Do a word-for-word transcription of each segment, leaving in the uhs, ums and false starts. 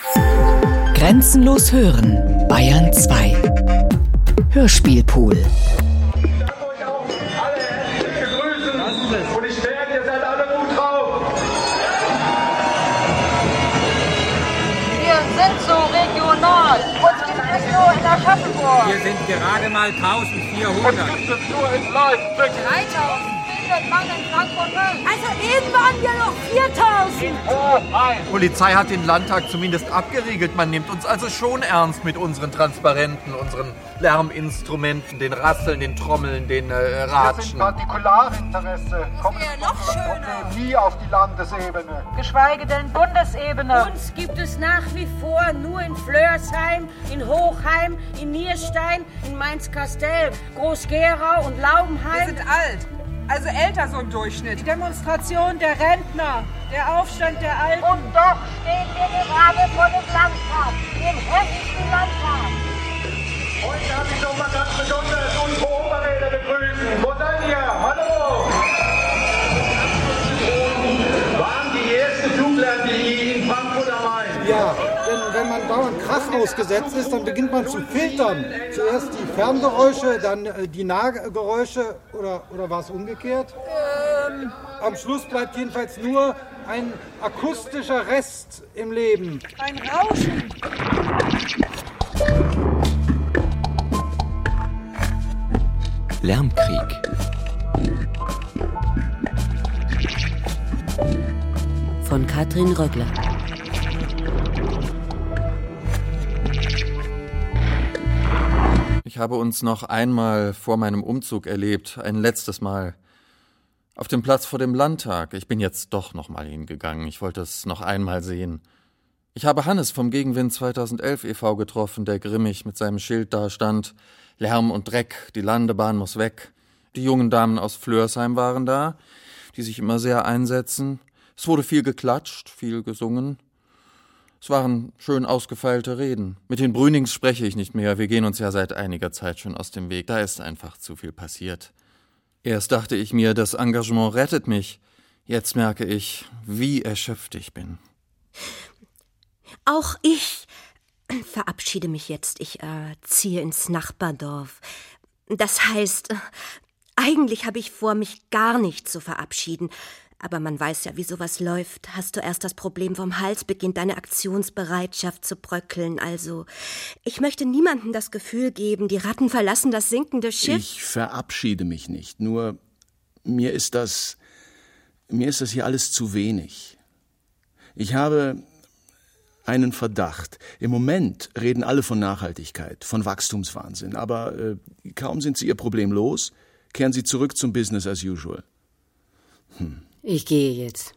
Grenzenlos hören, Bayern zwei. Hörspielpool. Ich darf euch auch alle herzlich begrüßen und ich merke, ihr seid alle gut drauf. Wir sind so regional. Uns gibt es nur in Aschaffenburg. Wir sind gerade mal eintausendvierhundert. Uns gibt es nur in Leipzig. dreitausend. Mann in Frankfurt. Also eben waren wir noch viertausend. Die Polizei hat den Landtag zumindest abgeriegelt. Man nimmt uns also schon ernst mit unseren Transparenten, unseren Lärminstrumenten, den Rasseln, den Trommeln, den äh, Wir sind Ratschen. Partikularinteresse. Kommen wäre noch schöner. nie auf die Landesebene. Geschweige denn Bundesebene. Uns gibt es nach wie vor nur in Flörsheim, in Hochheim, in Nierstein, in Mainz-Kastell, Groß-Gerau und Laubenheim. Wir sind alt, also älter so im Durchschnitt. Die Demonstration der Rentner, der Aufstand der Alten. Und doch stehen wir gerade vor dem Landtag, dem hessischen Landtag. Heute habe ich noch mal ganz besonders unsere Oberräder begrüßen. Wo seid ihr? Hallo! Waren die erste Fluglärm in Frankfurt am Main? Ja, denn wenn man dauernd Krach ausgesetzt ist, dann beginnt man zu filtern. Zuerst die Ferngeräusche, dann äh, die Nahgeräusche oder, oder war es umgekehrt? Ähm. Am Schluss bleibt jedenfalls nur ein akustischer Rest im Leben. Ein Rauschen. Lärmkrieg. Von Katrin Röckler. Ich habe uns noch einmal vor meinem Umzug erlebt, ein letztes Mal. Auf dem Platz vor dem Landtag. Ich bin jetzt doch noch mal hingegangen. Ich wollte es noch einmal sehen. Ich habe Hannes vom Gegenwind zweitausendelf e V getroffen, der grimmig mit seinem Schild dastand. Lärm und Dreck, die Landebahn muss weg. Die jungen Damen aus Flörsheim waren da, die sich immer sehr einsetzen. Es wurde viel geklatscht, viel gesungen. Es waren schön ausgefeilte Reden. Mit den Brünings spreche ich nicht mehr. Wir gehen uns ja seit einiger Zeit schon aus dem Weg. Da ist einfach zu viel passiert. Erst dachte ich mir, das Engagement rettet mich. Jetzt merke ich, wie erschöpft ich bin. Auch ich verabschiede mich jetzt. Ich äh, ziehe ins Nachbardorf. Das heißt, äh, eigentlich habe ich vor, mich gar nicht zu verabschieden. Aber man weiß ja, wie sowas läuft. Hast du erst das Problem vom Hals, beginnt deine Aktionsbereitschaft zu bröckeln. Also, ich möchte niemandem das Gefühl geben, die Ratten verlassen das sinkende Schiff. Ich verabschiede mich nicht. Nur, mir ist das, mir ist das hier alles zu wenig. Ich habe einen Verdacht. Im Moment reden alle von Nachhaltigkeit, von Wachstumswahnsinn. Aber äh, kaum sind sie ihr Problem los, kehren sie zurück zum Business as usual. Hm. Ich gehe jetzt.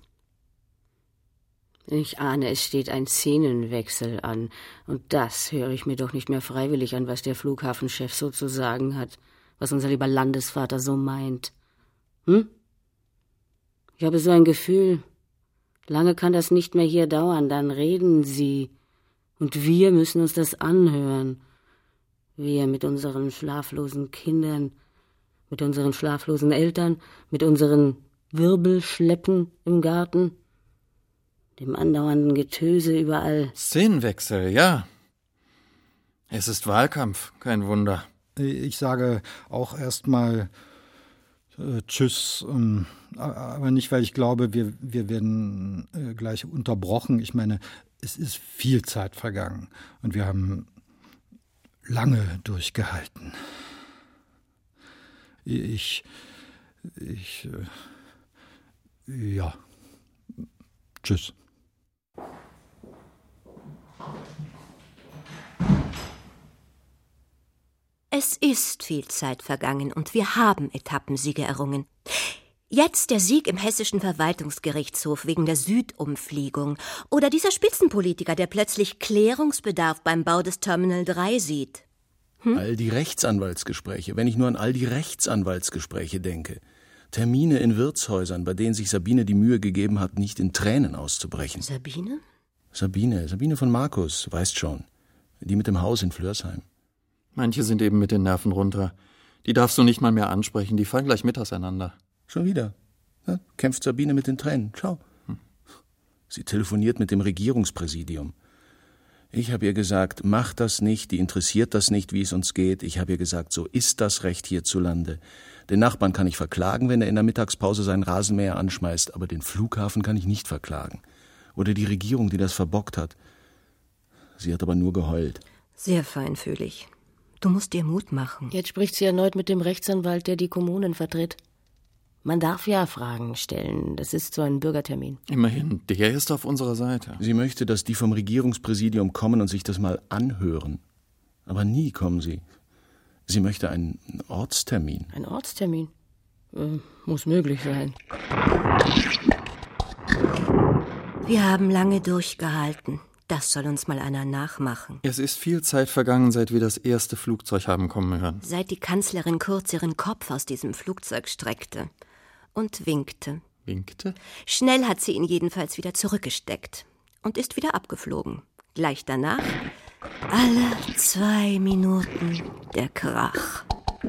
Ich ahne, es steht ein Szenenwechsel an. Und das höre ich mir doch nicht mehr freiwillig an, was der Flughafenchef so zu sagen hat, was unser lieber Landesvater so meint. Hm? Ich habe so ein Gefühl, lange kann das nicht mehr hier dauern, dann reden sie. Und wir müssen uns das anhören. Wir mit unseren schlaflosen Kindern, mit unseren schlaflosen Eltern, mit unseren Wirbelschleppen im Garten, dem andauernden Getöse überall. Szenenwechsel, ja. Es ist Wahlkampf, kein Wunder. Ich sage auch erstmal äh, Tschüss, ähm, aber nicht, weil ich glaube, wir, wir werden äh, gleich unterbrochen. Ich meine, es ist viel Zeit vergangen und wir haben lange durchgehalten. Ich, ich, äh, ja, tschüss. Es ist viel Zeit vergangen und wir haben Etappensiege errungen. Jetzt der Sieg im hessischen Verwaltungsgerichtshof wegen der Südumfliegung oder dieser Spitzenpolitiker, der plötzlich Klärungsbedarf beim Bau des Terminal drei sieht. Hm? All die Rechtsanwaltsgespräche, wenn ich nur an all die Rechtsanwaltsgespräche denke. Termine in Wirtshäusern, bei denen sich Sabine die Mühe gegeben hat, nicht in Tränen auszubrechen. Sabine? Sabine, Sabine von Markus, weißt schon. Die mit dem Haus in Flörsheim. Manche sind eben mit den Nerven runter. Die darfst du nicht mal mehr ansprechen, die fallen gleich mit auseinander. Schon wieder. Ja, kämpft Sabine mit den Tränen. Schau. Hm. Sie telefoniert mit dem Regierungspräsidium. Ich habe ihr gesagt, mach das nicht, die interessiert das nicht, wie es uns geht. Ich habe ihr gesagt, so ist das Recht hierzulande. Den Nachbarn kann ich verklagen, wenn er in der Mittagspause seinen Rasenmäher anschmeißt, aber den Flughafen kann ich nicht verklagen. Oder die Regierung, die das verbockt hat. Sie hat aber nur geheult. Sehr feinfühlig. Du musst dir Mut machen. Jetzt spricht sie erneut mit dem Rechtsanwalt, der die Kommunen vertritt. Man darf ja Fragen stellen. Das ist so ein Bürgertermin. Immerhin, der ist auf unserer Seite. Sie möchte, dass die vom Regierungspräsidium kommen und sich das mal anhören. Aber nie kommen sie. Sie möchte einen Ortstermin. Ein Ortstermin? Äh, muss möglich sein. Wir haben lange durchgehalten. Das soll uns mal einer nachmachen. Es ist viel Zeit vergangen, seit wir das erste Flugzeug haben kommen hören. Seit die Kanzlerin kurz ihren Kopf aus diesem Flugzeug streckte und winkte. Winkte? Schnell hat sie ihn jedenfalls wieder zurückgesteckt und ist wieder abgeflogen. Gleich danach, alle zwei Minuten, der Krach.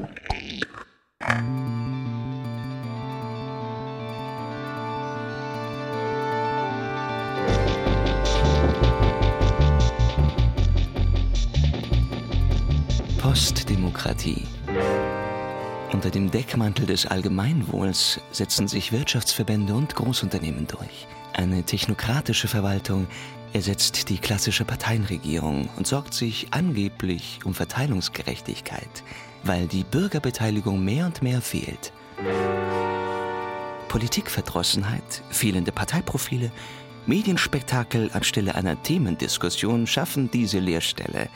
Postdemokratie. Unter dem Deckmantel des Allgemeinwohls setzen sich Wirtschaftsverbände und Großunternehmen durch. Eine technokratische Verwaltung ersetzt die klassische Parteienregierung und sorgt sich angeblich um Verteilungsgerechtigkeit, weil die Bürgerbeteiligung mehr und mehr fehlt. Politikverdrossenheit, fehlende Parteiprofile, Medienspektakel anstelle einer Themendiskussion schaffen diese Leerstelle.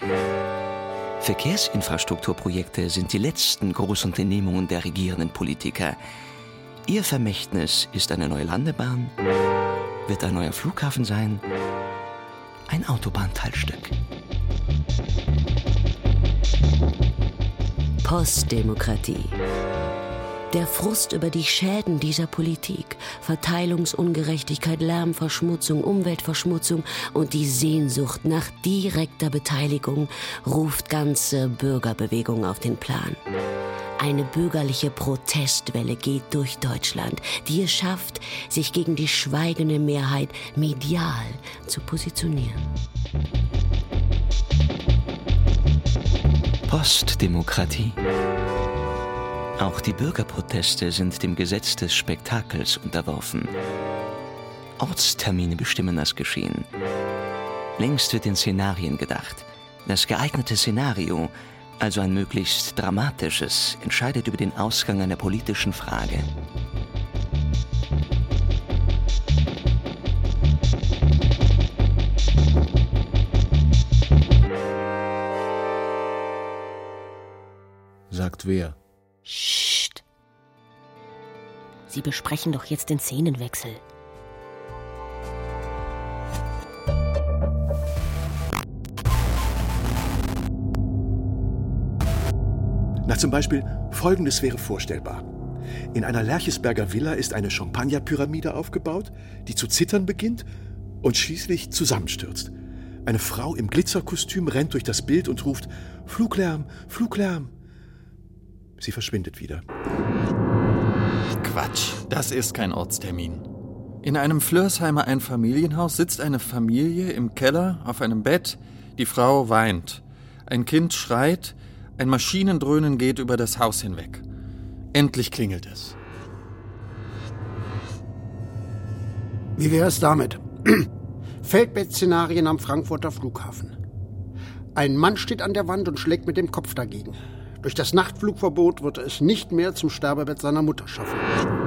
Verkehrsinfrastrukturprojekte sind die letzten Großunternehmungen der regierenden Politiker. Ihr Vermächtnis ist eine neue Landebahn, wird ein neuer Flughafen sein, ein Autobahnteilstück. Postdemokratie. Der Frust über die Schäden dieser Politik, Verteilungsungerechtigkeit, Lärmverschmutzung, Umweltverschmutzung und die Sehnsucht nach direkter Beteiligung ruft ganze Bürgerbewegungen auf den Plan. Eine bürgerliche Protestwelle geht durch Deutschland, die es schafft, sich gegen die schweigende Mehrheit medial zu positionieren. Postdemokratie. Auch die Bürgerproteste sind dem Gesetz des Spektakels unterworfen. Ortstermine bestimmen das Geschehen. Längst wird in Szenarien gedacht. Das geeignete Szenario, also ein möglichst dramatisches, entscheidet über den Ausgang einer politischen Frage. Sagt wer? Psst. Sie besprechen doch jetzt den Szenenwechsel. Na, zum Beispiel, Folgendes wäre vorstellbar. In einer Lerchesberger Villa ist eine Champagnerpyramide aufgebaut, die zu zittern beginnt und schließlich zusammenstürzt. Eine Frau im Glitzerkostüm rennt durch das Bild und ruft: Fluglärm, Fluglärm. Sie verschwindet wieder. Quatsch, das ist kein Ortstermin. In einem Flörsheimer Einfamilienhaus sitzt eine Familie im Keller auf einem Bett. Die Frau weint. Ein Kind schreit. Ein Maschinendröhnen geht über das Haus hinweg. Endlich klingelt es. Wie wäre es damit? Feldbettszenarien am Frankfurter Flughafen. Ein Mann steht an der Wand und schlägt mit dem Kopf dagegen. Durch das Nachtflugverbot wird er es nicht mehr zum Sterbebett seiner Mutter schaffen.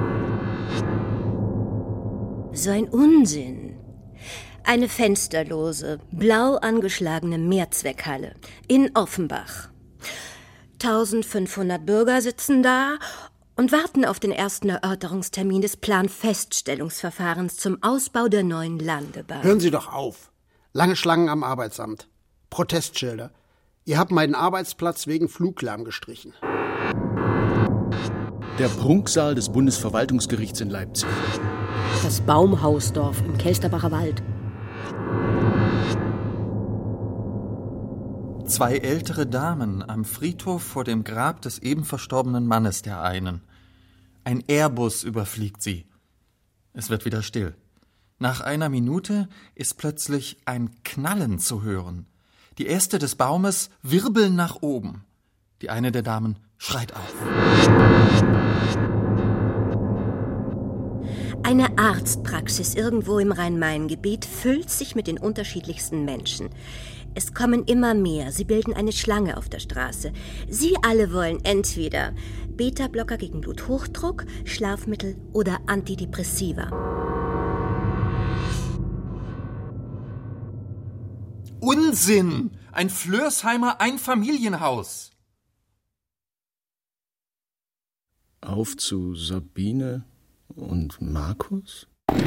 So ein Unsinn. Eine fensterlose, blau angeschlagene Mehrzweckhalle in Offenbach. eintausendfünfhundert Bürger sitzen da und warten auf den ersten Erörterungstermin des Planfeststellungsverfahrens zum Ausbau der neuen Landebahn. Hören Sie doch auf. Lange Schlangen am Arbeitsamt. Protestschilder. Ihr habt meinen Arbeitsplatz wegen Fluglärm gestrichen. Der Prunksaal des Bundesverwaltungsgerichts in Leipzig. Das Baumhausdorf im Kelsterbacher Wald. Zwei ältere Damen am Friedhof vor dem Grab des eben verstorbenen Mannes der einen. Ein Airbus überfliegt sie. Es wird wieder still. Nach einer Minute ist plötzlich ein Knallen zu hören. Die Äste des Baumes wirbeln nach oben. Die eine der Damen schreit auf. Eine Arztpraxis irgendwo im Rhein-Main-Gebiet füllt sich mit den unterschiedlichsten Menschen. Es kommen immer mehr, sie bilden eine Schlange auf der Straße. Sie alle wollen entweder Beta-Blocker gegen Bluthochdruck, Schlafmittel oder Antidepressiva. Unsinn! Ein Flörsheimer Einfamilienhaus! Auf zu Sabine und Markus?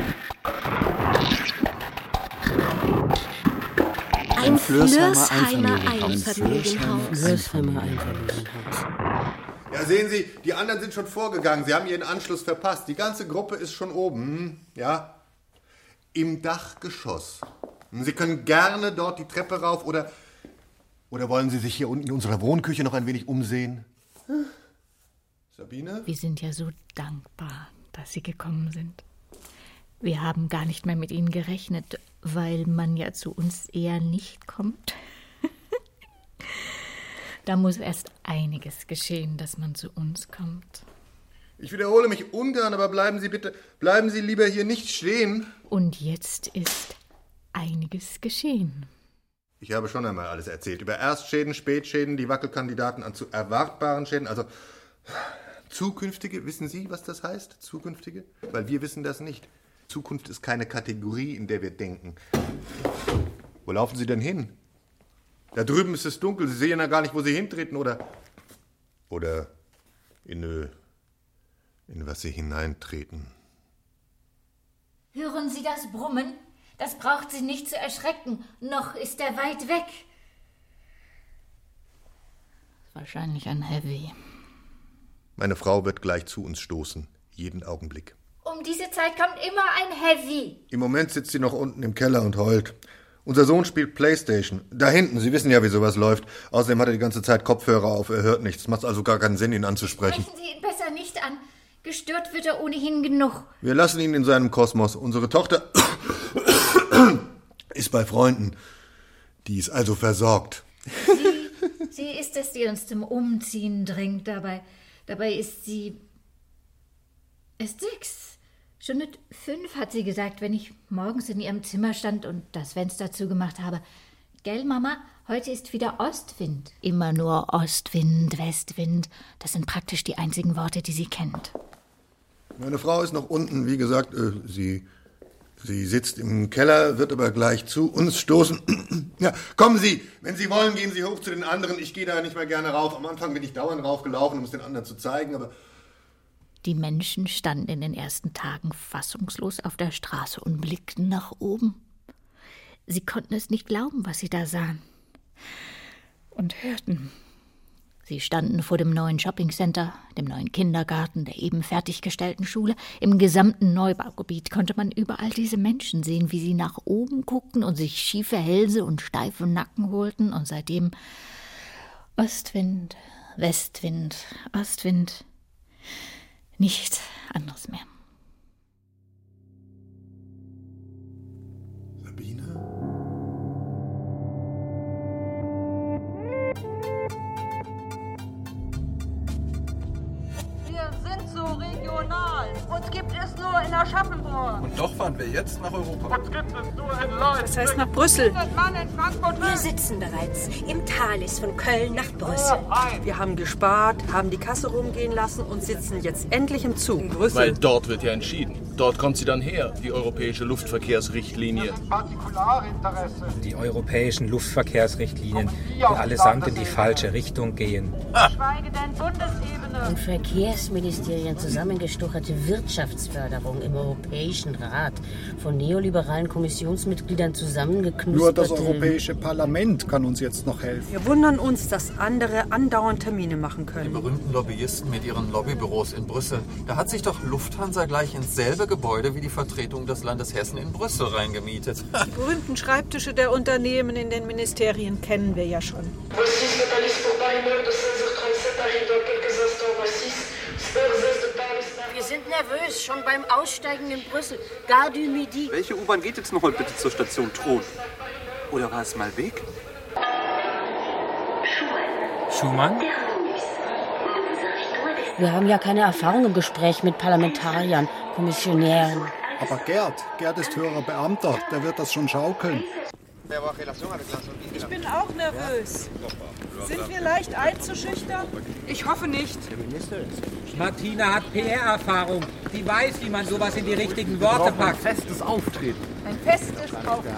Ein Flörsheimer Einfamilienhaus. Flörsheimer Einfamilienhaus. Ja, sehen Sie, die anderen sind schon vorgegangen. Sie haben Ihren Anschluss verpasst. Die ganze Gruppe ist schon oben, ja? Im Dachgeschoss. Sie können gerne dort die Treppe rauf oder... Oder wollen Sie sich hier unten in unserer Wohnküche noch ein wenig umsehen? Sabine? Wir sind ja so dankbar, dass Sie gekommen sind. Wir haben gar nicht mehr mit Ihnen gerechnet, weil man ja zu uns eher nicht kommt. Da muss erst einiges geschehen, dass man zu uns kommt. Ich wiederhole mich ungern, aber bleiben Sie bitte, bleiben Sie lieber hier nicht stehen. Und jetzt ist einiges geschehen. Ich habe schon einmal alles erzählt. Über Erstschäden, Spätschäden, die Wackelkandidaten an zu erwartbaren Schäden. Also zukünftige, wissen Sie, was das heißt? Zukünftige? Weil wir wissen das nicht. Zukunft ist keine Kategorie, in der wir denken. Wo laufen Sie denn hin? Da drüben ist es dunkel. Sie sehen ja gar nicht, wo Sie hintreten. Oder, oder in, in was Sie hineintreten. Hören Sie das Brummen? Das braucht Sie nicht zu erschrecken. Noch ist er weit weg. Wahrscheinlich ein Heavy. Meine Frau wird gleich zu uns stoßen. Jeden Augenblick. Um diese Zeit kommt immer ein Heavy. Im Moment sitzt sie noch unten im Keller und heult. Unser Sohn spielt Playstation. Da hinten, Sie wissen ja, wie sowas läuft. Außerdem hat er die ganze Zeit Kopfhörer auf, er hört nichts. Macht also gar keinen Sinn, ihn anzusprechen. Sprechen Sie ihn besser nicht an. Gestört wird er ohnehin genug. Wir lassen ihn in seinem Kosmos. Unsere Tochter ist bei Freunden. Die ist also versorgt. Sie, sie ist es, die uns zum Umziehen drängt. Dabei, dabei ist sie erst sechs. Schon mit fünf hat sie gesagt, wenn ich morgens in ihrem Zimmer stand und das Fenster zugemacht habe. Gell, Mama, heute ist wieder Ostwind. Immer nur Ostwind, Westwind. Das sind praktisch die einzigen Worte, die sie kennt. Meine Frau ist noch unten, wie gesagt, äh, sie, sie sitzt im Keller, wird aber gleich zu uns stoßen. Ja, kommen Sie, wenn Sie wollen, gehen Sie hoch zu den anderen. Ich gehe da nicht mehr gerne rauf. Am Anfang bin ich dauernd raufgelaufen, um es den anderen zu zeigen, aber... Die Menschen standen in den ersten Tagen fassungslos auf der Straße und blickten nach oben. Sie konnten es nicht glauben, was sie da sahen und hörten. Sie standen vor dem neuen Shoppingcenter, dem neuen Kindergarten, der eben fertiggestellten Schule. Im gesamten Neubaugebiet konnte man überall diese Menschen sehen, wie sie nach oben guckten und sich schiefe Hälse und steife Nacken holten. Und seitdem Ostwind, Westwind, Ostwind, nichts anderes mehr. Sabine? Wir sind so regional. Uns gibt es nur in Aschaffenburg. Und doch fahren wir jetzt nach Europa. Uns gibt es nur in Leipzig. Das heißt nach Brüssel. Mann in Frankfurt. Wir sitzen bereits im Thalys von Köln nach Brüssel. Wir haben gespart, haben die Kasse rumgehen lassen und sitzen jetzt endlich im Zug in Brüssel. Weil dort wird ja entschieden. Dort kommt sie dann her, die europäische Luftverkehrsrichtlinie. Partikularinteresse. Die europäischen Luftverkehrsrichtlinien, die allesamt in die falsche Richtung gehen. Schweige denn Bundesebene. Und Verkehrsministerien zusammengestocherte Wirtschaftsförderung im Europäischen Rat, von neoliberalen Kommissionsmitgliedern zusammengeknusperte... Nur das Europäische Parlament kann uns jetzt noch helfen. Wir wundern uns, dass andere andauernd Termine machen können. Die berühmten Lobbyisten mit ihren Lobbybüros in Brüssel. Da hat sich doch Lufthansa gleich ins selbe Gebäude wie die Vertretung des Landes Hessen in Brüssel reingemietet. Die berühmten Schreibtische der Unternehmen in den Ministerien kennen wir ja schon. Wir sind nervös, schon beim Aussteigen in Brüssel. Gare du Midi. Welche U-Bahn geht jetzt noch heute bitte zur Station Thron? Oder war es Malbec? Schumann? Wir haben ja keine Erfahrung im Gespräch mit Parlamentariern, Kommissionären. Aber Gerd, Gerd ist höherer Beamter, der wird das schon schaukeln. Ich bin auch nervös. Sind wir leicht einzuschüchtern? Ich hoffe nicht. Martina hat P R-Erfahrung. Die weiß, wie man sowas in die richtigen Worte packt. Ein festes Auftreten. Ein festes Auftreten.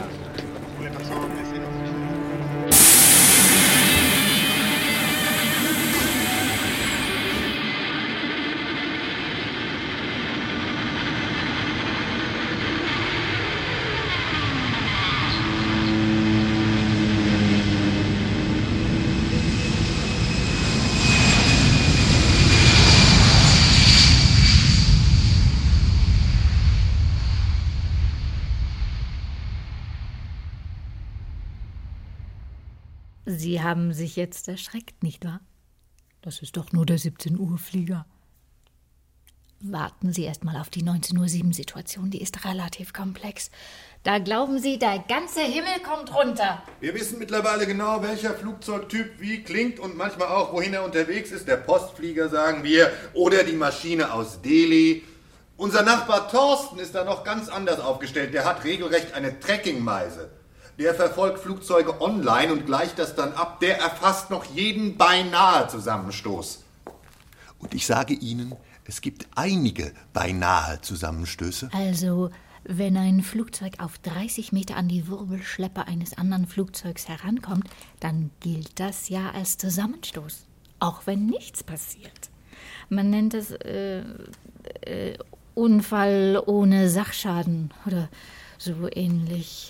Sie haben sich jetzt erschreckt, nicht wahr? Das ist doch nur der siebzehn Uhr Flieger. Warten Sie erst mal auf die neunzehn Uhr sieben Situation, die ist relativ komplex. Da glauben Sie, der ganze Himmel kommt runter. Wir wissen mittlerweile genau, welcher Flugzeugtyp wie klingt und manchmal auch, wohin er unterwegs ist. Der Postflieger, sagen wir, oder die Maschine aus Delhi. Unser Nachbar Thorsten ist da noch ganz anders aufgestellt. Der hat regelrecht eine Trackingmeise. Der verfolgt Flugzeuge online und gleicht das dann ab. Der erfasst noch jeden beinahe Zusammenstoß. Und ich sage Ihnen, es gibt einige beinahe Zusammenstöße. Also, wenn ein Flugzeug auf dreißig Meter an die Wirbelschleppe eines anderen Flugzeugs herankommt, dann gilt das ja als Zusammenstoß. Auch wenn nichts passiert. Man nennt es äh, äh, Unfall ohne Sachschaden oder so ähnlich.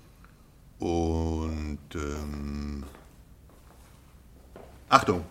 Und, ähm... Achtung!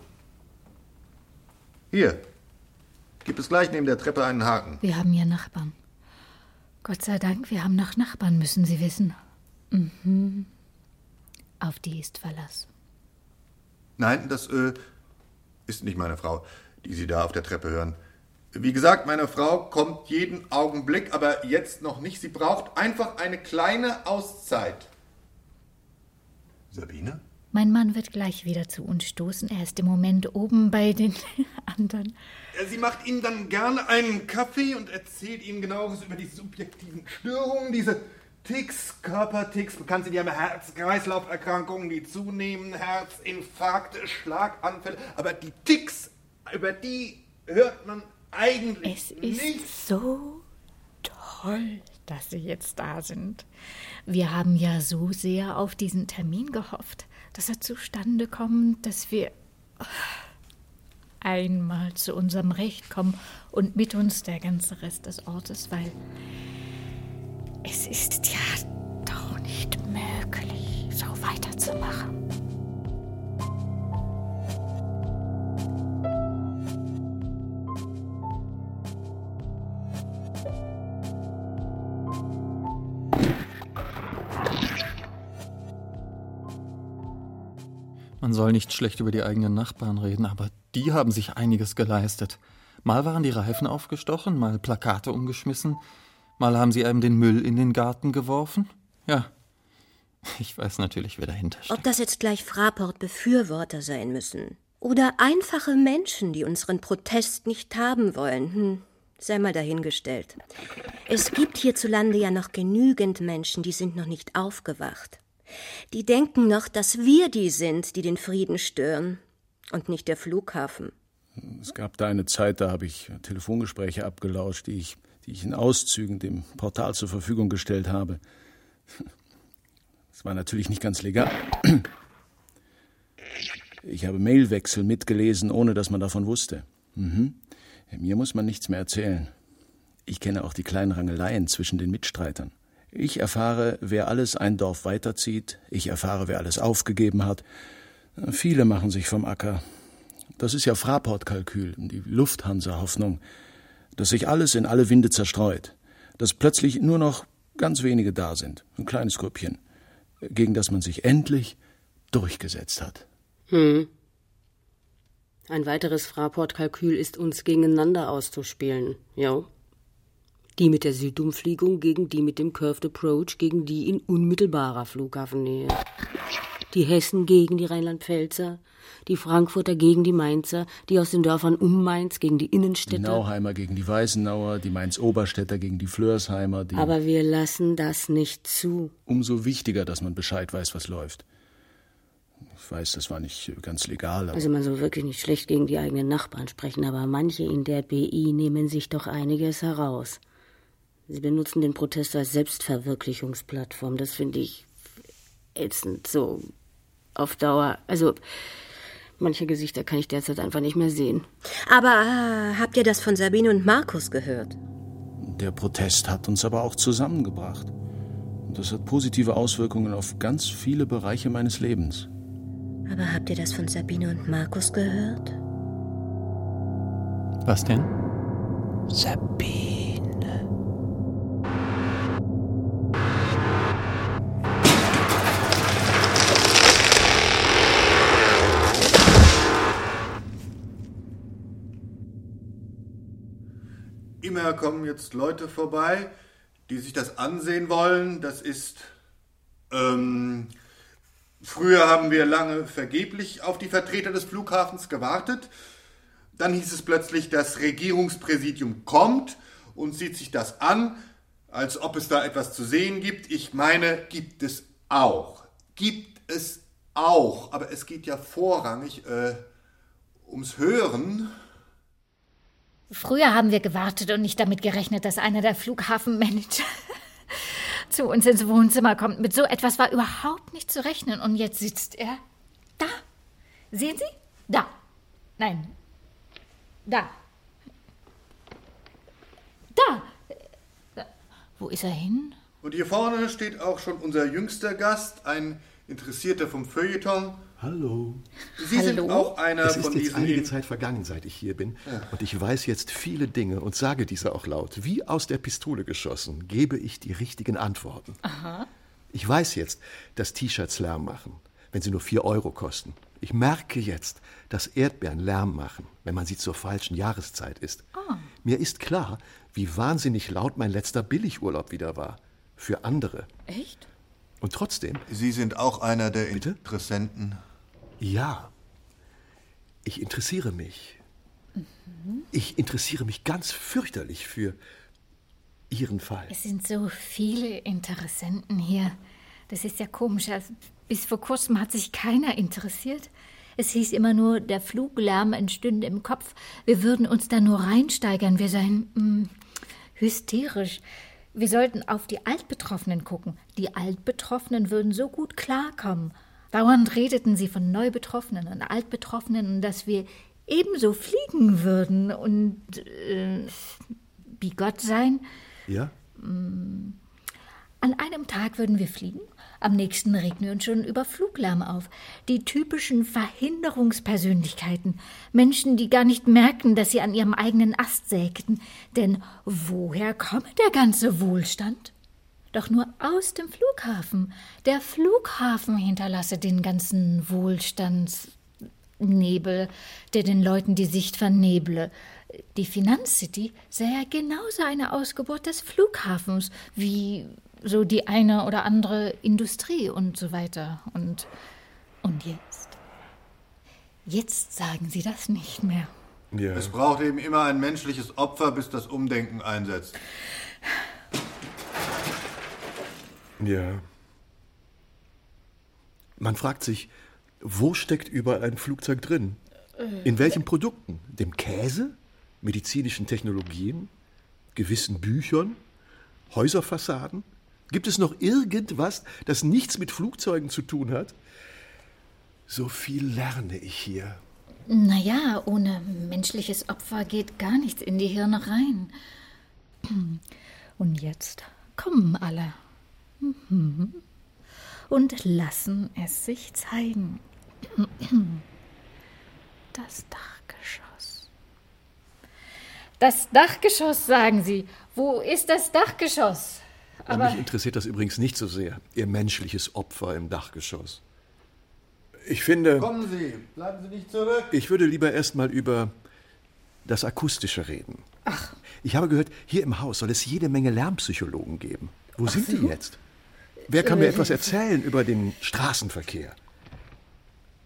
Hier, gibt es gleich neben der Treppe einen Haken. Wir haben ja Nachbarn. Gott sei Dank, wir haben noch Nachbarn, müssen Sie wissen. Mhm. Auf die ist Verlass. Nein, das, äh, ist nicht meine Frau, die Sie da auf der Treppe hören. Wie gesagt, meine Frau kommt jeden Augenblick, aber jetzt noch nicht. Sie braucht einfach eine kleine Auszeit. Sabine? Mein Mann wird gleich wieder zu uns stoßen. Er ist im Moment oben bei den anderen. Sie macht Ihnen dann gerne einen Kaffee und erzählt Ihnen genaueres über die subjektiven Störungen, diese Ticks, Körperticks. Bekannt sind ja immer Herz-Kreislauf-Erkrankungen, die zunehmen, Herzinfarkte, Schlaganfälle. Aber die Ticks, über die hört man eigentlich nicht. Es ist so toll, dass Sie jetzt da sind. Wir haben ja so sehr auf diesen Termin gehofft, dass er zustande kommt, dass wir einmal zu unserem Recht kommen und mit uns der ganze Rest des Ortes, weil es ist ja doch nicht möglich, so weiterzumachen. Man soll nicht schlecht über die eigenen Nachbarn reden, aber die haben sich einiges geleistet. Mal waren die Reifen aufgestochen, mal Plakate umgeschmissen, mal haben sie einem den Müll in den Garten geworfen. Ja, ich weiß natürlich, wer dahinter steht. Ob das jetzt gleich Fraport-Befürworter sein müssen oder einfache Menschen, die unseren Protest nicht haben wollen, hm, sei mal dahingestellt. Es gibt hierzulande ja noch genügend Menschen, die sind noch nicht aufgewacht. Die denken noch, dass wir die sind, die den Frieden stören und nicht der Flughafen. Es gab da eine Zeit, da habe ich Telefongespräche abgelauscht, die ich, die ich in Auszügen dem Portal zur Verfügung gestellt habe. Das war natürlich nicht ganz legal. Ich habe Mailwechsel mitgelesen, ohne dass man davon wusste. Mhm. Mir muss man nichts mehr erzählen. Ich kenne auch die kleinen Rangeleien zwischen den Mitstreitern. Ich erfahre, wer alles ein Dorf weiterzieht. Ich erfahre, wer alles aufgegeben hat. Viele machen sich vom Acker. Das ist ja Fraport-Kalkül, die Lufthansa-Hoffnung, dass sich alles in alle Winde zerstreut, dass plötzlich nur noch ganz wenige da sind, ein kleines Grüppchen, gegen das man sich endlich durchgesetzt hat. Hm. Ein weiteres Fraport-Kalkül ist, uns gegeneinander auszuspielen, ja. Die mit der Südumfliegung gegen die mit dem Curved Approach, gegen die in unmittelbarer Flughafennähe. Die Hessen gegen die Rheinland-Pfälzer, die Frankfurter gegen die Mainzer, die aus den Dörfern um Mainz gegen die Innenstädter. Die Nauheimer gegen die Weißenauer, die Mainz-Oberstädter gegen die Flörsheimer. Die Aber wir lassen das nicht zu. Umso wichtiger, dass man Bescheid weiß, was läuft. Ich weiß, das war nicht ganz legal. Aber also man soll wirklich nicht schlecht gegen die eigenen Nachbarn sprechen, aber manche in der B I nehmen sich doch einiges heraus. Sie benutzen den Protest als Selbstverwirklichungsplattform. Das finde ich ätzend, so auf Dauer. Also manche Gesichter kann ich derzeit einfach nicht mehr sehen. Aber äh, habt ihr das von Sabine und Markus gehört? Der Protest hat uns aber auch zusammengebracht. Und das hat positive Auswirkungen auf ganz viele Bereiche meines Lebens. Aber habt ihr das von Sabine und Markus gehört? Was denn? Sabine. Immer kommen jetzt Leute vorbei, die sich das ansehen wollen. Das ist... Ähm, früher haben wir lange vergeblich auf die Vertreter des Flughafens gewartet. Dann hieß es plötzlich, das Regierungspräsidium kommt und sieht sich das an, als ob es da etwas zu sehen gibt. Ich meine, gibt es auch. Gibt es auch. Aber es geht ja vorrangig äh, ums Hören. Früher haben wir gewartet und nicht damit gerechnet, dass einer der Flughafenmanager zu uns ins Wohnzimmer kommt. Mit so etwas war überhaupt nicht zu rechnen. Und jetzt sitzt er da. Sehen Sie? Da. Nein. Da. Da. da. Wo ist er hin? Und hier vorne steht auch schon unser jüngster Gast, ein Interessierter vom Feuilleton. Hallo. Sie Hallo? sind auch einer es ist von jetzt diesen... einige Zeit vergangen, seit ich hier bin. Ja. Und ich weiß jetzt viele Dinge und sage diese auch laut. Wie aus der Pistole geschossen, gebe ich die richtigen Antworten. Aha. Ich weiß jetzt, dass T-Shirts Lärm machen, wenn sie nur vier Euro kosten. Ich merke jetzt, dass Erdbeeren Lärm machen, wenn man sie zur falschen Jahreszeit isst. Oh. Mir ist klar, wie wahnsinnig laut mein letzter Billigurlaub wieder war. Für andere. Echt? Und trotzdem... Sie sind auch einer der Bitte? Interessenten. Ja. Ich interessiere mich. Mhm. Ich interessiere mich ganz fürchterlich für Ihren Fall. Es sind so viele Interessenten hier. Das ist ja komisch. Also bis vor kurzem hat sich keiner interessiert. Es hieß immer nur, der Fluglärm entstünde im Kopf. Wir würden uns da nur reinsteigern. Wir seien mh, hysterisch. Wir sollten auf die Altbetroffenen gucken. Die Altbetroffenen würden so gut klarkommen. Dauernd redeten sie von Neubetroffenen und Altbetroffenen und dass wir ebenso fliegen würden und äh, bigott sein. Ja? An einem Tag würden wir fliegen, am nächsten regen wir uns schon über Fluglärm auf. Die typischen Verhinderungspersönlichkeiten, Menschen, die gar nicht merken, dass sie an ihrem eigenen Ast sägten. Denn woher komme der ganze Wohlstand? Doch nur aus dem Flughafen. Der Flughafen hinterlasse den ganzen Wohlstandsnebel, der den Leuten die Sicht verneble. Die Finanzcity sei ja genauso eine Ausgeburt des Flughafens, wie so die eine oder andere Industrie und so weiter. Und, und jetzt? Jetzt sagen Sie das nicht mehr. Ja. Es braucht eben immer ein menschliches Opfer, bis das Umdenken einsetzt. Ja. Man fragt sich, wo steckt überall ein Flugzeug drin? In welchen Produkten? Dem Käse? Medizinischen Technologien? Gewissen Büchern? Häuserfassaden? Gibt es noch irgendwas, das nichts mit Flugzeugen zu tun hat? So viel lerne ich hier. Naja, ohne menschliches Opfer geht gar nichts in die Hirne rein. Und jetzt kommen alle. Und lassen es sich zeigen. Das Dachgeschoss. Das Dachgeschoss, sagen Sie. Wo ist das Dachgeschoss? Aber mich interessiert das übrigens nicht so sehr, Ihr menschliches Opfer im Dachgeschoss. Ich finde... Kommen Sie, bleiben Sie nicht zurück. Ich würde lieber erst mal über das Akustische reden. Ach. Ich habe gehört, hier im Haus soll es jede Menge Lärmpsychologen geben. Wo Ach sind so? die jetzt? Wer kann mir etwas erzählen über den Straßenverkehr?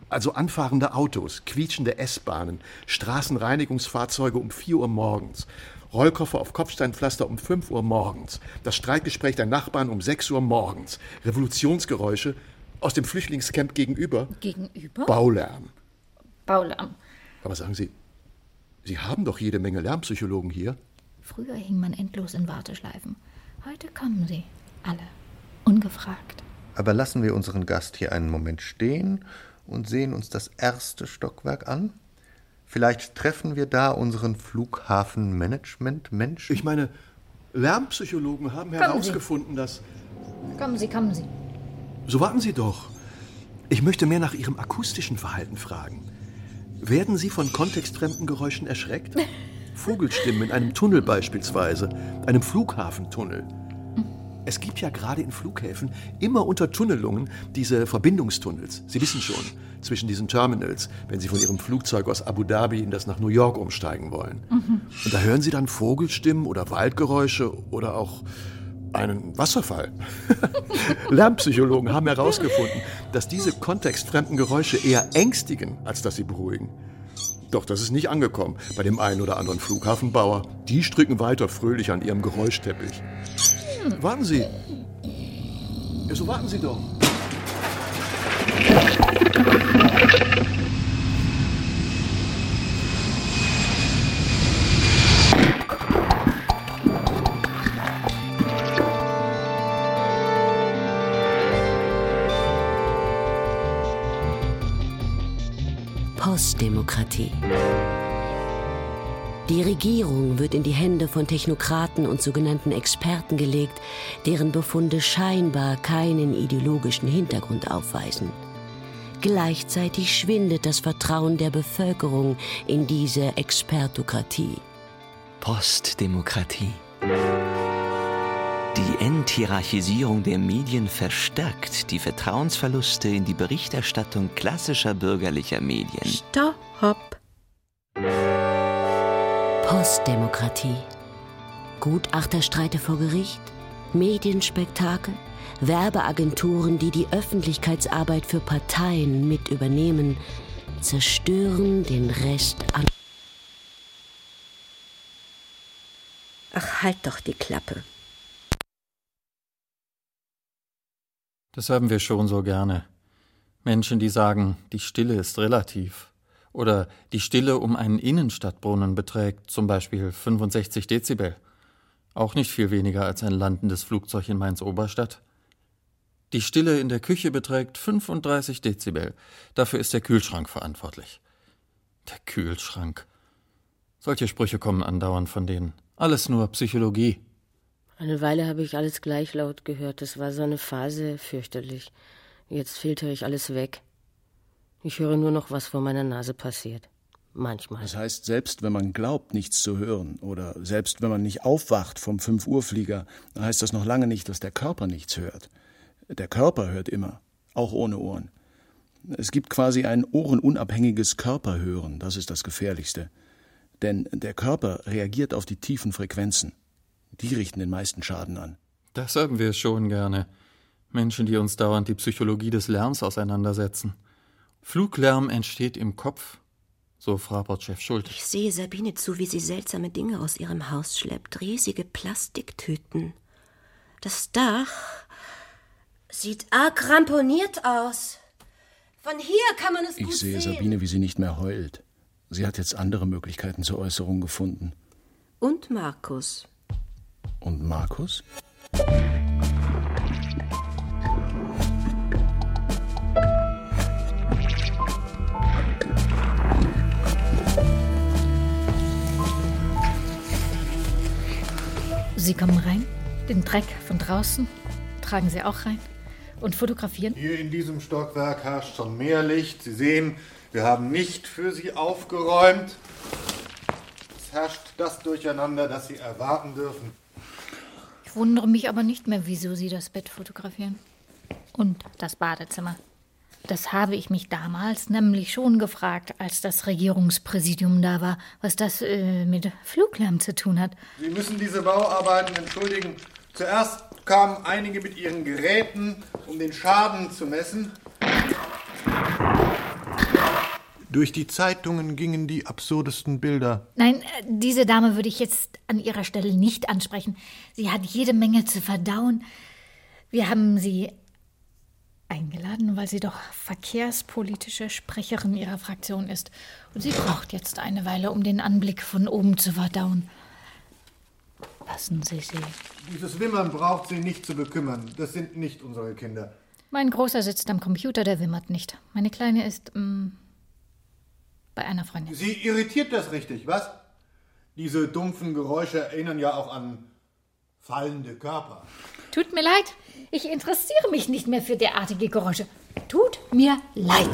Also anfahrende Autos, quietschende S-Bahnen, Straßenreinigungsfahrzeuge um vier Uhr morgens, Rollkoffer auf Kopfsteinpflaster um fünf Uhr morgens, das Streitgespräch der Nachbarn um sechs Uhr morgens, Revolutionsgeräusche aus dem Flüchtlingscamp gegenüber. Gegenüber? Baulärm. Baulärm. Aber sagen Sie, Sie haben doch jede Menge Lärmpsychologen hier. Früher hing man endlos in Warteschleifen. Heute kommen sie. Alle. Ungefragt. Aber lassen wir unseren Gast hier einen Moment stehen und sehen uns das erste Stockwerk an. Vielleicht treffen wir da unseren Flughafenmanagement-Menschen. Ich meine, Lärmpsychologen haben Kommen herausgefunden, Sie. dass... Kommen Sie, kommen Sie. So warten Sie doch. Ich möchte mehr nach Ihrem akustischen Verhalten fragen. Werden Sie von kontextfremden Geräuschen erschreckt? Vogelstimmen in einem Tunnel beispielsweise, einem Flughafentunnel. Es gibt ja gerade in Flughäfen immer Untertunnelungen diese Verbindungstunnels. Sie wissen schon, zwischen diesen Terminals, wenn Sie von Ihrem Flugzeug aus Abu Dhabi in das nach New York umsteigen wollen. Mhm. Und da hören Sie dann Vogelstimmen oder Waldgeräusche oder auch einen Wasserfall. Lärmpsychologen haben herausgefunden, dass diese kontextfremden Geräusche eher ängstigen, als dass sie beruhigen. Doch das ist nicht angekommen bei dem einen oder anderen Flughafenbauer. Die stricken weiter fröhlich an ihrem Geräuschteppich. Warten Sie. Ja, so warten Sie doch. Postdemokratie. Die Regierung wird in die Hände von Technokraten und sogenannten Experten gelegt, deren Befunde scheinbar keinen ideologischen Hintergrund aufweisen. Gleichzeitig schwindet das Vertrauen der Bevölkerung in diese Expertokratie. Postdemokratie. Die Enthierarchisierung der Medien verstärkt die Vertrauensverluste in die Berichterstattung klassischer bürgerlicher Medien. Stopp! Postdemokratie. Gutachterstreite vor Gericht, Medienspektakel, Werbeagenturen, die die Öffentlichkeitsarbeit für Parteien mit übernehmen, zerstören den Rest an. Ach, halt doch die Klappe. Das haben wir schon so gerne. Menschen, die sagen, die Stille ist relativ. Oder die Stille um einen Innenstadtbrunnen beträgt zum Beispiel fünfundsechzig Dezibel. Auch nicht viel weniger als ein landendes Flugzeug in Mainz-Oberstadt. Die Stille in der Küche beträgt fünfunddreißig Dezibel. Dafür ist der Kühlschrank verantwortlich. Der Kühlschrank. Solche Sprüche kommen andauernd von denen. Alles nur Psychologie. Eine Weile habe ich alles gleich laut gehört. Das war so eine Phase, fürchterlich. Jetzt filtere ich alles weg. Ich höre nur noch, was vor meiner Nase passiert. Manchmal. Das heißt, selbst wenn man glaubt, nichts zu hören, oder selbst wenn man nicht aufwacht vom fünf-Uhr-Flieger, heißt das noch lange nicht, dass der Körper nichts hört. Der Körper hört immer, auch ohne Ohren. Es gibt quasi ein ohrenunabhängiges Körperhören, das ist das Gefährlichste. Denn der Körper reagiert auf die tiefen Frequenzen. Die richten den meisten Schaden an. Das haben wir schon gerne. Menschen, die uns dauernd die Psychologie des Lärms auseinandersetzen. Fluglärm entsteht im Kopf, so Fraport-Chef Schulte. Ich sehe Sabine zu, wie sie seltsame Dinge aus ihrem Haus schleppt. Riesige Plastiktüten. Das Dach sieht arg ramponiert aus. Von hier kann man es Ich gut sehe sehen. Sabine, wie sie nicht mehr heult. Sie hat jetzt andere Möglichkeiten zur Äußerung gefunden. Und Markus. Und Markus? Sie kommen rein, den Dreck von draußen tragen Sie auch rein und fotografieren. Hier in diesem Stockwerk herrscht schon mehr Licht. Sie sehen, wir haben nicht für Sie aufgeräumt. Es herrscht das Durcheinander, das Sie erwarten dürfen. Ich wundere mich aber nicht mehr, wieso Sie das Bett fotografieren. Und das Badezimmer. Das habe ich mich damals nämlich schon gefragt, als das Regierungspräsidium da war, was das äh, mit Fluglärm zu tun hat. Sie müssen diese Bauarbeiten entschuldigen. Zuerst kamen einige mit ihren Geräten, um den Schaden zu messen. Durch die Zeitungen gingen die absurdesten Bilder. Nein, diese Dame würde ich jetzt an ihrer Stelle nicht ansprechen. Sie hat jede Menge zu verdauen. Wir haben sie eingeladen, weil sie doch verkehrspolitische Sprecherin ihrer Fraktion ist. Und sie braucht jetzt eine Weile, um den Anblick von oben zu verdauen. Lassen Sie sie. Dieses Wimmern braucht Sie nicht zu bekümmern. Das sind nicht unsere Kinder. Mein Großer sitzt am Computer, der wimmert nicht. Meine Kleine ist ähm, bei einer Freundin. Sie irritiert das richtig, was? Diese dumpfen Geräusche erinnern ja auch an fallende Körper. Tut mir leid, ich interessiere mich nicht mehr für derartige Geräusche. Tut mir leid.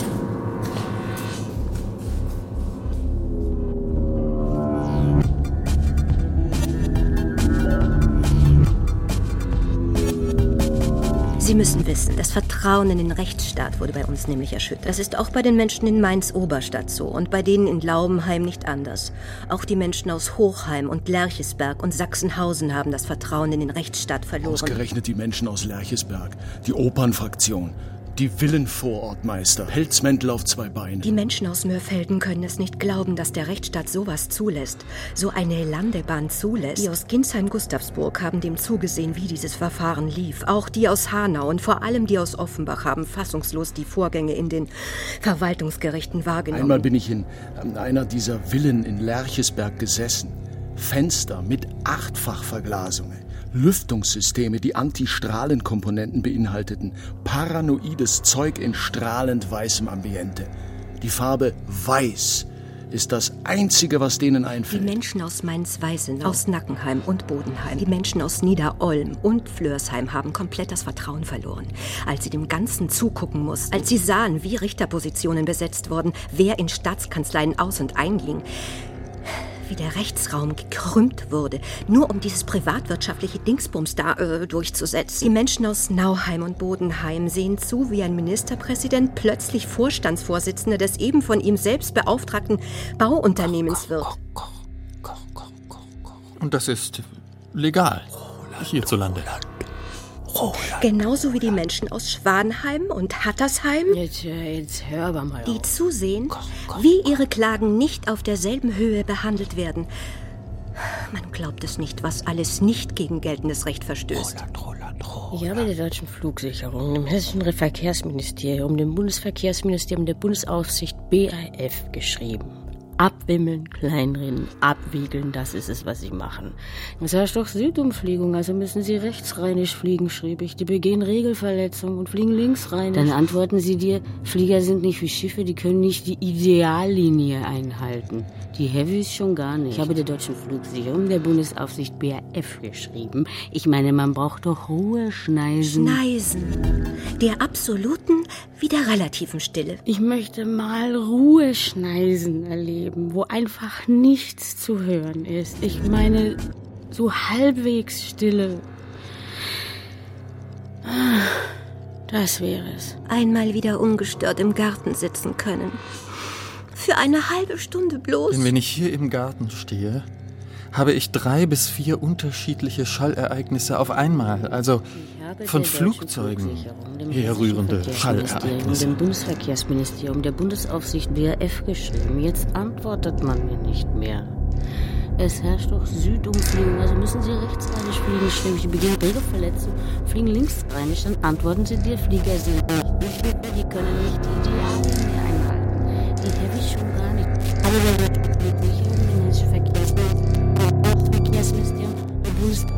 Sie müssen wissen, das Vertrauen in den Rechtsstaat wurde bei uns nämlich erschüttert. Das ist auch bei den Menschen in Mainz-Oberstadt so und bei denen in Laubenheim nicht anders. Auch die Menschen aus Hochheim und Lerchesberg und Sachsenhausen haben das Vertrauen in den Rechtsstaat verloren. Ausgerechnet die Menschen aus Lerchesberg, die Opernfraktion, die Villenvorortmeister, Pelzmäntel auf zwei Beinen. Die Menschen aus Mörfelden können es nicht glauben, dass der Rechtsstaat sowas zulässt, so eine Landebahn zulässt. Die aus Ginsheim-Gustavsburg haben dem zugesehen, wie dieses Verfahren lief. Auch die aus Hanau und vor allem die aus Offenbach haben fassungslos die Vorgänge in den Verwaltungsgerichten wahrgenommen. Einmal bin ich in einer dieser Villen in Lerchesberg gesessen. Fenster mit Achtfachverglasungen. Lüftungssysteme, die Antistrahlenkomponenten beinhalteten, paranoides Zeug in strahlend weißem Ambiente. Die Farbe Weiß ist das Einzige, was denen einfällt. Die Menschen aus Mainz-Weißenau, aus Nackenheim und Bodenheim, die Menschen aus Niederolm und Flörsheim haben komplett das Vertrauen verloren, als sie dem Ganzen zugucken mussten, als sie sahen, wie Richterpositionen besetzt wurden, wer in Staatskanzleien aus- und einging, wie der Rechtsraum gekrümmt wurde, nur um dieses privatwirtschaftliche Dingsbums da äh, durchzusetzen. Die Menschen aus Nauheim und Bodenheim sehen zu, wie ein Ministerpräsident plötzlich Vorstandsvorsitzender des eben von ihm selbst beauftragten Bauunternehmens wird. Und das ist legal hierzulande. Genauso wie die Menschen aus Schwanheim und Hattersheim, Jetzt, jetzt hör aber mal die auf. zusehen, wie ihre Klagen nicht auf derselben Höhe behandelt werden. Man glaubt es nicht, was alles nicht gegen geltendes Recht verstößt. Ich habe der deutschen Flugsicherung, dem hessischen Verkehrsministerium, dem Bundesverkehrsministerium der Bundesaufsicht B A F geschrieben. Abwimmeln, kleinreden, abwiegeln, das ist es, was sie machen. Das heißt doch Südumfliegung, also müssen sie rechtsrheinisch fliegen, schrieb ich. Die begehen Regelverletzungen und fliegen linksrheinisch. Dann antworten sie dir, Flieger sind nicht wie Schiffe, die können nicht die Ideallinie einhalten. Die Heavys schon gar nicht. Ich habe der deutschen Flugsicherung, der Bundesaufsicht B A F geschrieben. Ich meine, man braucht doch Ruhe, Schneisen. Schneisen. Der absoluten wie der relativen Stille. Ich möchte mal Ruhe, Schneisen erleben, wo einfach nichts zu hören ist. Ich meine, so halbwegs Stille. Das wäre es. Einmal wieder ungestört im Garten sitzen können. Für eine halbe Stunde bloß. Denn wenn ich hier im Garten stehe, habe ich drei bis vier unterschiedliche Schallereignisse auf einmal, also von Flugzeugen herrührende Schallereignisse. Dem Bundesverkehrsministerium der Bundesaufsicht B A F geschrieben. Jetzt antwortet man mir nicht mehr. Es herrscht doch Südumfliegung, also müssen Sie rechtsrheinisch fliegen, schrieb ich. Die beginnen Regelverletzung, fliegen linksrheinisch, dann antworten Sie dir, Flieger sind nicht, die können nicht die Ideallinie einhalten. Die habe ich schon gar nicht. Aber der Flugsicherung, dem hessischen Verkehrsministerium der Bundesaufsicht.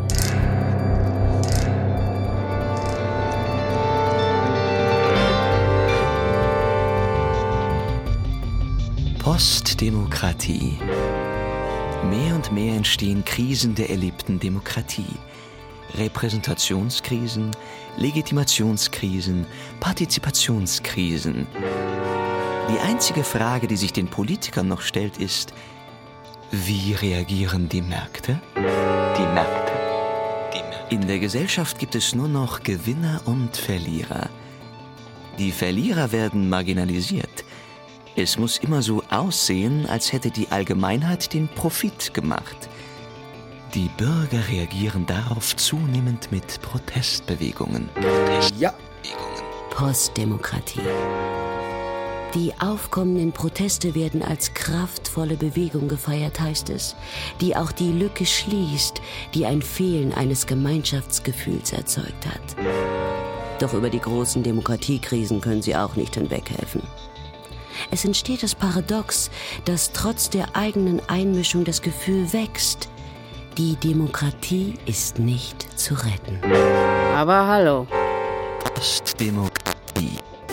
Postdemokratie. Mehr und mehr entstehen Krisen der erlebten Demokratie. Repräsentationskrisen, Legitimationskrisen, Partizipationskrisen. Die einzige Frage, die sich den Politikern noch stellt, ist: Wie reagieren die Märkte? Die Märkte. Die Märkte. In der Gesellschaft gibt es nur noch Gewinner und Verlierer. Die Verlierer werden marginalisiert. Es muss immer so aussehen, als hätte die Allgemeinheit den Profit gemacht. Die Bürger reagieren darauf zunehmend mit Protestbewegungen. Ja. Postdemokratie. Die aufkommenden Proteste werden als kraftvolle Bewegung gefeiert, heißt es, die auch die Lücke schließt, die ein Fehlen eines Gemeinschaftsgefühls erzeugt hat. Doch über die großen Demokratiekrisen können sie auch nicht hinweghelfen. Es entsteht das Paradox, dass trotz der eigenen Einmischung das Gefühl wächst, die Demokratie ist nicht zu retten. Aber hallo. Postdemokratie.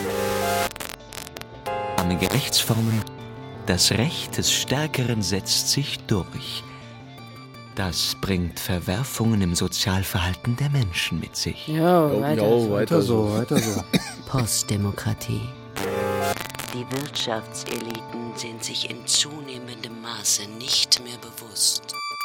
Armige Rechtsformen. Das Recht des Stärkeren setzt sich durch. Das bringt Verwerfungen im Sozialverhalten der Menschen mit sich. Jo, weiter, jo, weiter so, weiter so. Postdemokratie. Die Wirtschaftseliten sind sich in zunehmendem Maße nicht mehr bewusst.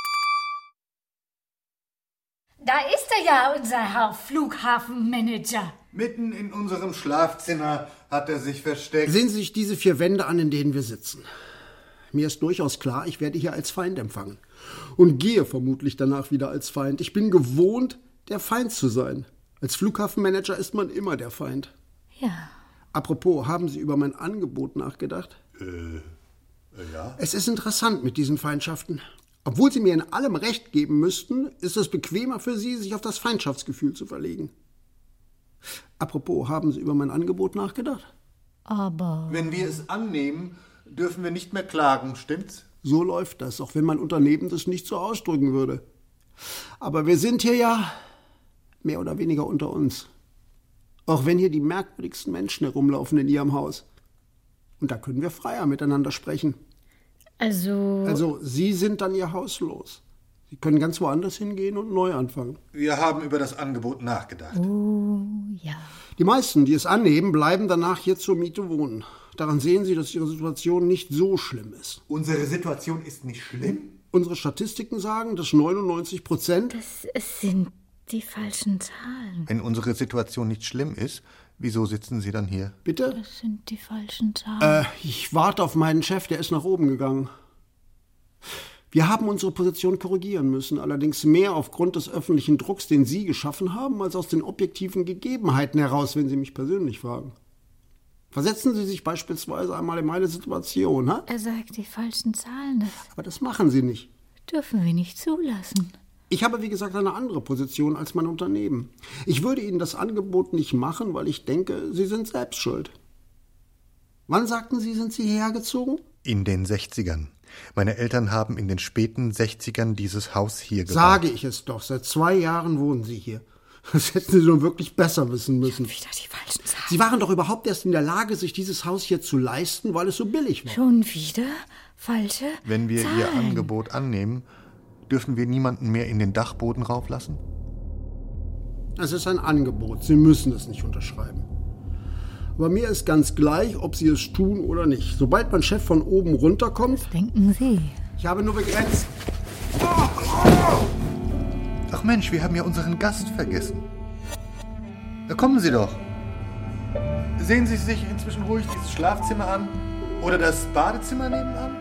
Da ist er ja, unser Herr Flughafenmanager. Mitten in unserem Schlafzimmer hat er sich versteckt. Sehen Sie sich diese vier Wände an, in denen wir sitzen. Mir ist durchaus klar, ich werde hier als Feind empfangen. Und gehe vermutlich danach wieder als Feind. Ich bin gewohnt, der Feind zu sein. Als Flughafenmanager ist man immer der Feind. Ja. Apropos, haben Sie über mein Angebot nachgedacht? Äh, ja. Es ist interessant mit diesen Feindschaften. Obwohl Sie mir in allem Recht geben müssten, ist es bequemer für Sie, sich auf das Feindschaftsgefühl zu verlegen. Apropos, haben Sie über mein Angebot nachgedacht? Aber... Wenn wir es annehmen, dürfen wir nicht mehr klagen, stimmt's? So läuft das, auch wenn mein Unternehmen das nicht so ausdrücken würde. Aber wir sind hier ja mehr oder weniger unter uns. Auch wenn hier die merkwürdigsten Menschen herumlaufen in Ihrem Haus. Und da können wir freier miteinander sprechen. Also... Also, Sie sind dann Ihr Haus los. Sie können ganz woanders hingehen und neu anfangen. Wir haben über das Angebot nachgedacht. Oh, ja. Die meisten, die es annehmen, bleiben danach hier zur Miete wohnen. Daran sehen Sie, dass Ihre Situation nicht so schlimm ist. Unsere Situation ist nicht schlimm? Unsere Statistiken sagen, dass neunundneunzig Prozent... Das sind die falschen Zahlen. Wenn unsere Situation nicht schlimm ist, wieso sitzen Sie dann hier? Bitte? Das sind die falschen Zahlen. Äh, ich warte auf meinen Chef, der ist nach oben gegangen. Wir haben unsere Position korrigieren müssen, allerdings mehr aufgrund des öffentlichen Drucks, den Sie geschaffen haben, als aus den objektiven Gegebenheiten heraus, wenn Sie mich persönlich fragen. Versetzen Sie sich beispielsweise einmal in meine Situation, ha? Er sagt die falschen Zahlen. Das Aber das machen Sie nicht. Dürfen wir nicht zulassen. Ich habe, wie gesagt, eine andere Position als mein Unternehmen. Ich würde Ihnen das Angebot nicht machen, weil ich denke, Sie sind selbst schuld. Wann sagten Sie, sind Sie hierher gezogen? In den sechzigern. Meine Eltern haben in den späten sechzigern dieses Haus hier gebaut. Sage ich es doch, seit zwei Jahren wohnen Sie hier. Das hätten Sie nun wirklich besser wissen müssen. Schon wieder die falschen Zahlen. Sie waren doch überhaupt erst in der Lage, sich dieses Haus hier zu leisten, weil es so billig war. Schon wieder falsche Wenn wir Zahlen. Ihr Angebot annehmen, dürfen wir niemanden mehr in den Dachboden rauflassen? Es ist ein Angebot. Sie müssen es nicht unterschreiben. Aber mir ist ganz gleich, ob Sie es tun oder nicht. Sobald mein Chef von oben runterkommt... Was denken Sie? Ich habe nur begrenzt... Ach Mensch, wir haben ja unseren Gast vergessen. Da kommen Sie doch. Sehen Sie sich inzwischen ruhig dieses Schlafzimmer an oder das Badezimmer nebenan?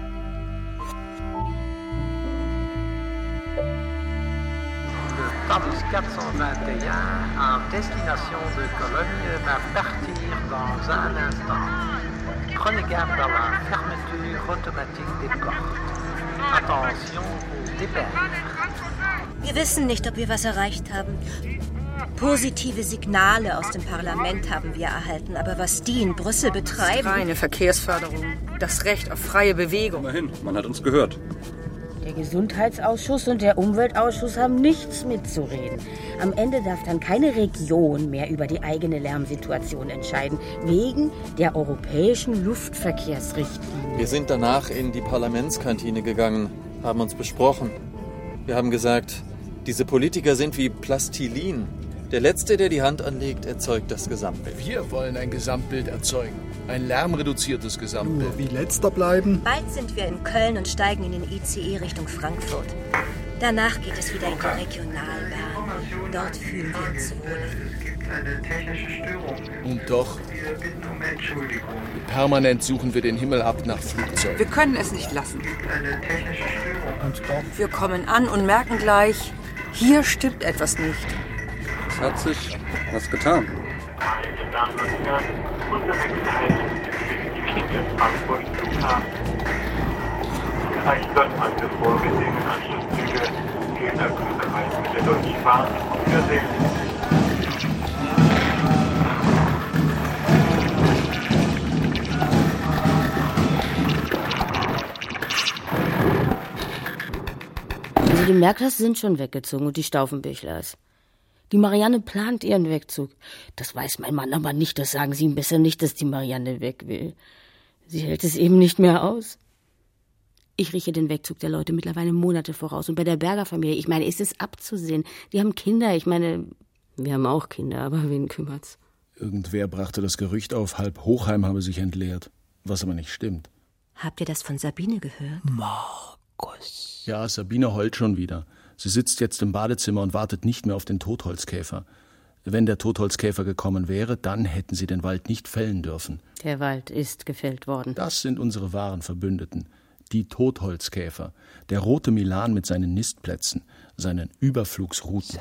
Thalys quatre cent vingt et un en destination de Cologne va partir dans un instant. Prenez garde à la fermeture automatique des portes. Attention au départ. Wir wissen nicht, ob wir was erreicht haben. Positive Signale aus dem Parlament haben wir erhalten, aber was die in Brüssel betreiben... Reine Verkehrsförderung, das Recht auf freie Bewegung. Immerhin, man hat uns gehört. Der Gesundheitsausschuss und der Umweltausschuss haben nichts mitzureden. Am Ende darf dann keine Region mehr über die eigene Lärmsituation entscheiden, wegen der europäischen Luftverkehrsrichtlinie. Wir sind danach in die Parlamentskantine gegangen, haben uns besprochen. Wir haben gesagt, diese Politiker sind wie Plastilin. Der Letzte, der die Hand anlegt, erzeugt das Gesamtbild. Wir wollen ein Gesamtbild erzeugen. Ein lärmreduziertes Gesamtbild. Nur wie Letzter bleiben. Bald sind wir in Köln und steigen in den I C E Richtung Frankfurt. Danach geht es wieder in die Regionalbahn. Dort fühlen wir uns wohl. Eine technische Störung. Und doch, Wir bitten um Entschuldigung. permanent suchen wir den Himmel ab nach Flugzeugen. Wir können es nicht lassen. Eine technische Störung. Und doch. Wir kommen an und merken gleich, hier stimmt etwas nicht. Es hat sich was getan. Meine Damen und Herren, unsere Exzellenz, Frankfurt Flughafen. Gleich dort an der vorgesehenen Anschlusszüge gehen der Flugreise mit der Deutschen Bahn. Auf Wiedersehen. Also die Merklers sind schon weggezogen und die Stauffenbichlers. Die Marianne plant ihren Wegzug. Das weiß mein Mann aber nicht, das sagen Sie ihm besser nicht, dass die Marianne weg will. Sie hält es eben nicht mehr aus. Ich rieche den Wegzug der Leute mittlerweile Monate voraus. Und bei der Berger Familie, ich meine, ist es abzusehen. Die haben Kinder, ich meine, wir haben auch Kinder, aber wen kümmert's? Irgendwer brachte das Gerücht auf, halb Hochheim habe sich entleert. Was aber nicht stimmt. Habt ihr das von Sabine gehört? Markus. Ja, Sabine heult schon wieder. Sie sitzt jetzt im Badezimmer und wartet nicht mehr auf den Totholzkäfer. Wenn der Totholzkäfer gekommen wäre, dann hätten sie den Wald nicht fällen dürfen. Der Wald ist gefällt worden. Das sind unsere wahren Verbündeten. Die Totholzkäfer. Der rote Milan mit seinen Nistplätzen, seinen Überflugsrouten.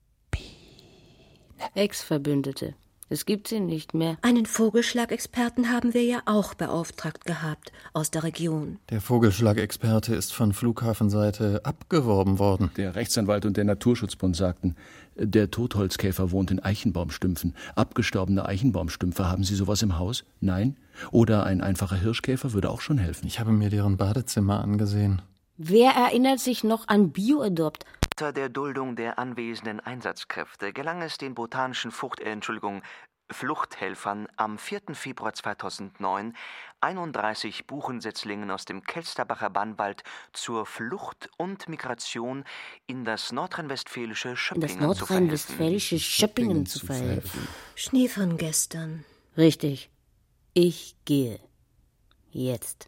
Ex-Verbündete. Es gibt sie nicht mehr. Einen Vogelschlagexperten haben wir ja auch beauftragt gehabt, aus der Region. Der Vogelschlagexperte ist von Flughafenseite abgeworben worden. Der Rechtsanwalt und der Naturschutzbund sagten, der Totholzkäfer wohnt in Eichenbaumstümpfen. Abgestorbene Eichenbaumstümpfe, haben Sie sowas im Haus? Nein? Oder ein einfacher Hirschkäfer würde auch schon helfen. Ich habe mir deren Badezimmer angesehen. Wer erinnert sich noch an Bioadopt? Unter der Duldung der anwesenden Einsatzkräfte gelang es den botanischen Frucht, äh, Entschuldigung, Fluchthelfern am vierten Februar zweitausendneun, einunddreißig Buchensetzlingen aus dem Kelsterbacher Bannwald zur Flucht und Migration in das nordrhein-westfälische Schöppingen, in das nordrhein-westfälische Schöppingen zu verhelfen. Schnee von gestern. Richtig. Ich gehe. Jetzt.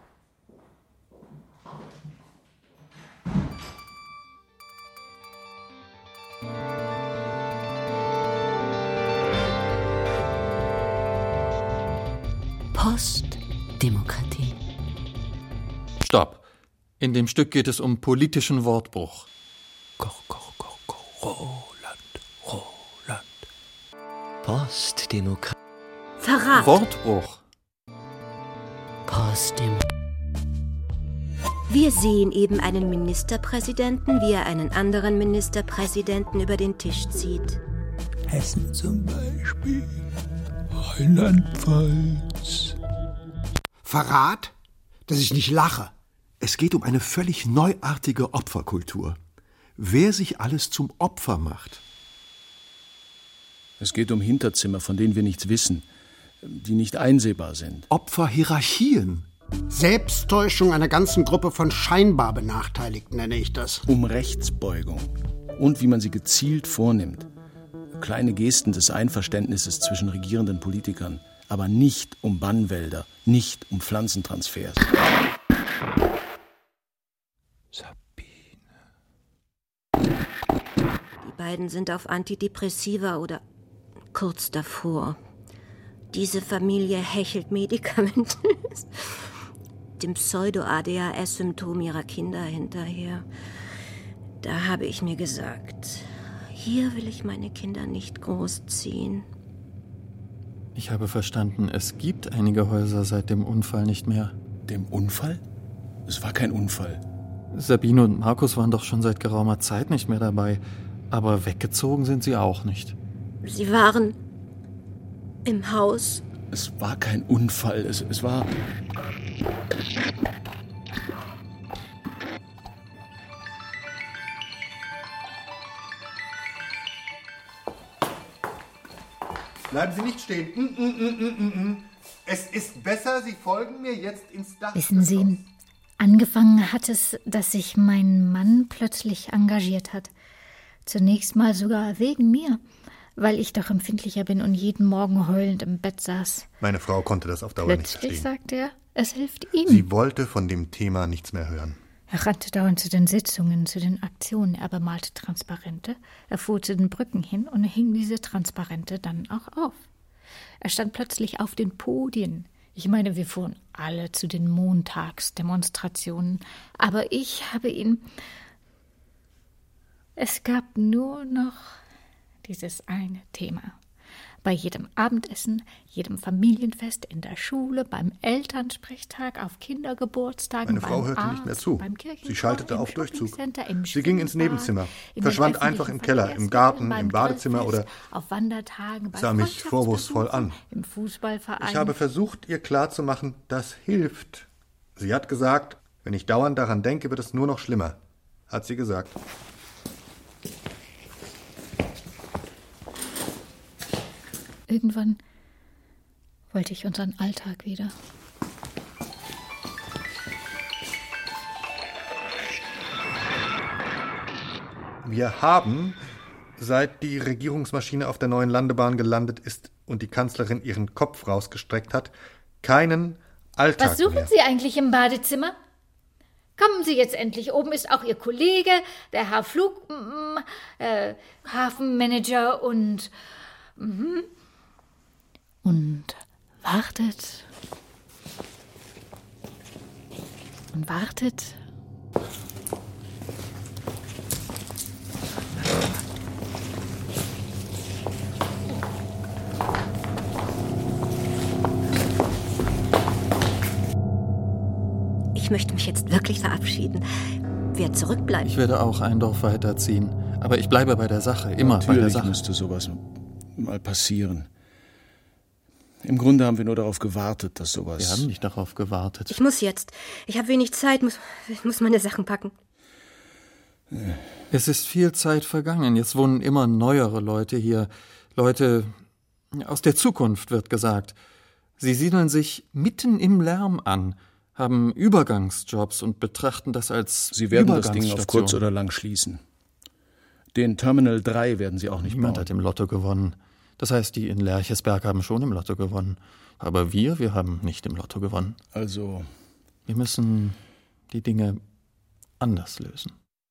Postdemokratie. Stopp. In dem Stück geht es um politischen Wortbruch. Koch, koch, koch, koch, Roland, Roland. Postdemokratie. Verrat. Wortbruch. Postdemokratie. Wir sehen eben einen Ministerpräsidenten, wie er einen anderen Ministerpräsidenten über den Tisch zieht. Hessen zum Beispiel. Rheinland-Pfalz. Verrat? Dass ich nicht lache. Es geht um eine völlig neuartige Opferkultur. Wer sich alles zum Opfer macht. Es geht um Hinterzimmer, von denen wir nichts wissen, die nicht einsehbar sind. Opferhierarchien. Selbsttäuschung einer ganzen Gruppe von scheinbar Benachteiligten nenne ich das. Um Rechtsbeugung. Und wie man sie gezielt vornimmt. Kleine Gesten des Einverständnisses zwischen regierenden Politikern, aber nicht um Bannwälder, nicht um Pflanzentransfers. Sabine. Die beiden sind auf Antidepressiva oder kurz davor. Diese Familie hechelt medikamentös dem Pseudo-A D H S-Symptom ihrer Kinder hinterher. Da habe ich mir gesagt, hier will ich meine Kinder nicht großziehen. Ich habe verstanden, es gibt einige Häuser seit dem Unfall nicht mehr. Dem Unfall? Es war kein Unfall. Sabine und Markus waren doch schon seit geraumer Zeit nicht mehr dabei. Aber weggezogen sind sie auch nicht. Sie waren im Haus. Es war kein Unfall, es, es war... Bleiben Sie nicht stehen. Mm, mm, mm, mm, mm. Es ist besser, Sie folgen mir jetzt ins Dach. Wissen Sie, angefangen hat es, dass sich mein Mann plötzlich engagiert hat. Zunächst mal sogar wegen mir, weil ich doch empfindlicher bin und jeden Morgen heulend im Bett saß. Meine Frau konnte das auf Dauer Plötzlich nicht verstehen. sagt er, es hilft ihm. Sie wollte von dem Thema nichts mehr hören. Er rannte dauernd zu den Sitzungen, zu den Aktionen. Er bemalte Transparente, er fuhr zu den Brücken hin und hing diese Transparente dann auch auf. Er stand plötzlich auf den Podien. Ich meine, wir fuhren alle zu den Montagsdemonstrationen. Aber ich habe ihn... Es gab nur noch dieses eine Thema. Bei jedem Abendessen, jedem Familienfest, in der Schule, beim Elternsprechtag, auf Kindergeburtstagen, Meine Frau beim hörte Arzt, nicht mehr zu. beim Kirchenchor, Sie schaltete im auf Durchzug. Shoppingcenter, im Sie ging ins Schwimmbad, Nebenzimmer, in verschwand den einfach im öffentlichen Keller, im Garten, beim im Badezimmer oder auf Wandertagen, bei sah mich vorwurfsvoll an. im Fußballverein. Ich habe versucht, ihr klarzumachen, das hilft. Sie hat gesagt, wenn ich dauernd daran denke, wird es nur noch schlimmer. Hat sie gesagt. Irgendwann wollte ich unseren Alltag wieder. Wir haben, seit die Regierungsmaschine auf der neuen Landebahn gelandet ist und die Kanzlerin ihren Kopf rausgestreckt hat, keinen Alltag Was suchen mehr. Sie eigentlich im Badezimmer? Kommen Sie jetzt endlich. Oben ist auch Ihr Kollege, der Herr Flug... Äh, Hafenmanager und... Mhm. Und wartet. Und wartet. Ich möchte mich jetzt wirklich verabschieden. Wer zurückbleibt... Ich werde auch ein Dorf weiterziehen. Aber ich bleibe bei der Sache, immer Natürlich bei der Sache. müsste sowas mal passieren. Im Grunde haben wir nur darauf gewartet, dass sowas... Wir haben nicht darauf gewartet. Ich muss jetzt. Ich habe wenig Zeit, muss, ich muss meine Sachen packen. Es ist viel Zeit vergangen. Jetzt wohnen immer neuere Leute hier. Leute aus der Zukunft, wird gesagt. Sie siedeln sich mitten im Lärm an, haben Übergangsjobs und betrachten das als Sie werden das Ding Übergangsstation. auf kurz oder lang schließen. Den Terminal drei werden Sie auch nicht Niemand bauen. hat im Lotto gewonnen. Das heißt, die in Lerchesberg haben schon im Lotto gewonnen. Aber wir, wir haben nicht im Lotto gewonnen. Also... Wir müssen die Dinge anders lösen.